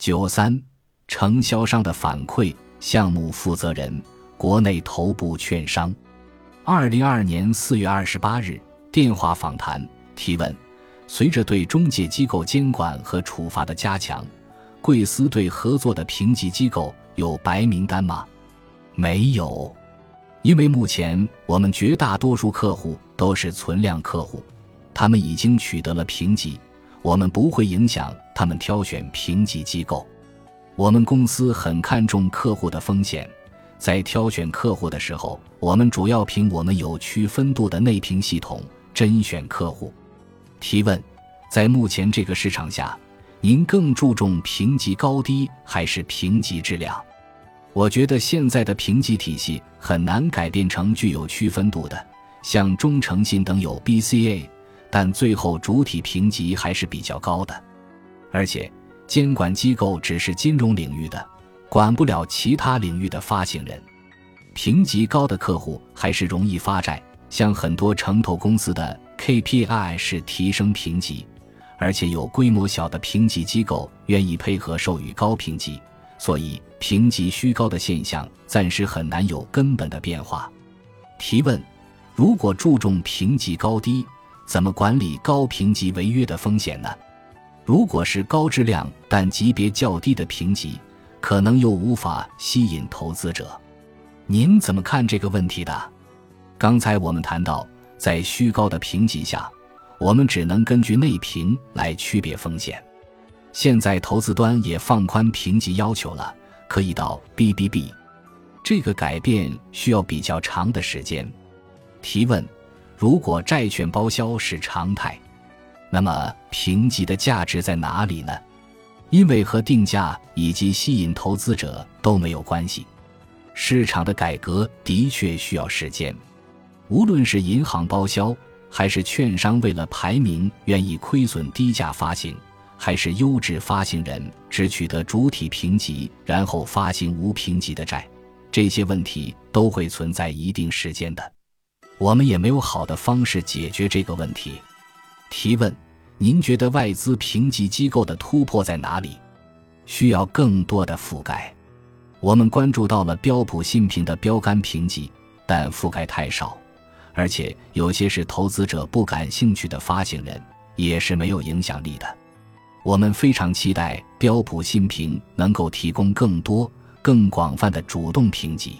93承销商的反馈，项目负责人，国内头部券商。2022年4月28日电话访谈提问：随着对中介机构监管和处罚的加强，贵司对合作的评级机构有白名单吗？没有，因为目前我们绝大多数客户都是存量客户，他们已经取得了评级，我们不会影响他们挑选评级机构。我们公司很看重客户的风险，在挑选客户的时候，我们主要凭我们有区分度的内评系统甄选客户。提问：在目前这个市场下，您更注重评级高低还是评级质量？我觉得现在的评级体系很难改变成具有区分度的，像中诚信等有 BCA， 但最后主体评级还是比较高的。而且监管机构只是金融领域的，管不了其他领域的发行人。评级高的客户还是容易发债，像很多城投公司的 KPI 是提升评级，而且有规模小的评级机构愿意配合授予高评级，所以评级虚高的现象暂时很难有根本的变化。提问：如果注重评级高低，怎么管理高评级违约的风险呢？如果是高质量但级别较低的评级，可能又无法吸引投资者。您怎么看这个问题的？刚才我们谈到，在虚高的评级下，我们只能根据内评来区别风险。现在投资端也放宽评级要求了，可以到 BBB。 这个改变需要比较长的时间。提问：如果债券包销是常态，那么评级的价值在哪里呢？因为和定价以及吸引投资者都没有关系。市场的改革的确需要时间，无论是银行包销，还是券商为了排名愿意亏损低价发行，还是优质发行人只取得主体评级然后发行无评级的债，这些问题都会存在一定时间的。我们也没有好的方式解决这个问题。提问：您觉得外资评级机构的突破在哪里？需要更多的覆盖。我们关注到了标普信评的标杆评级，但覆盖太少，而且有些是投资者不感兴趣的发行人，也是没有影响力的。我们非常期待标普信评能够提供更多、更广泛的主动评级。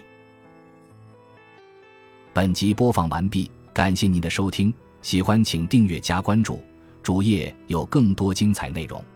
本集播放完毕，感谢您的收听，喜欢请订阅加关注，主页有更多精彩内容。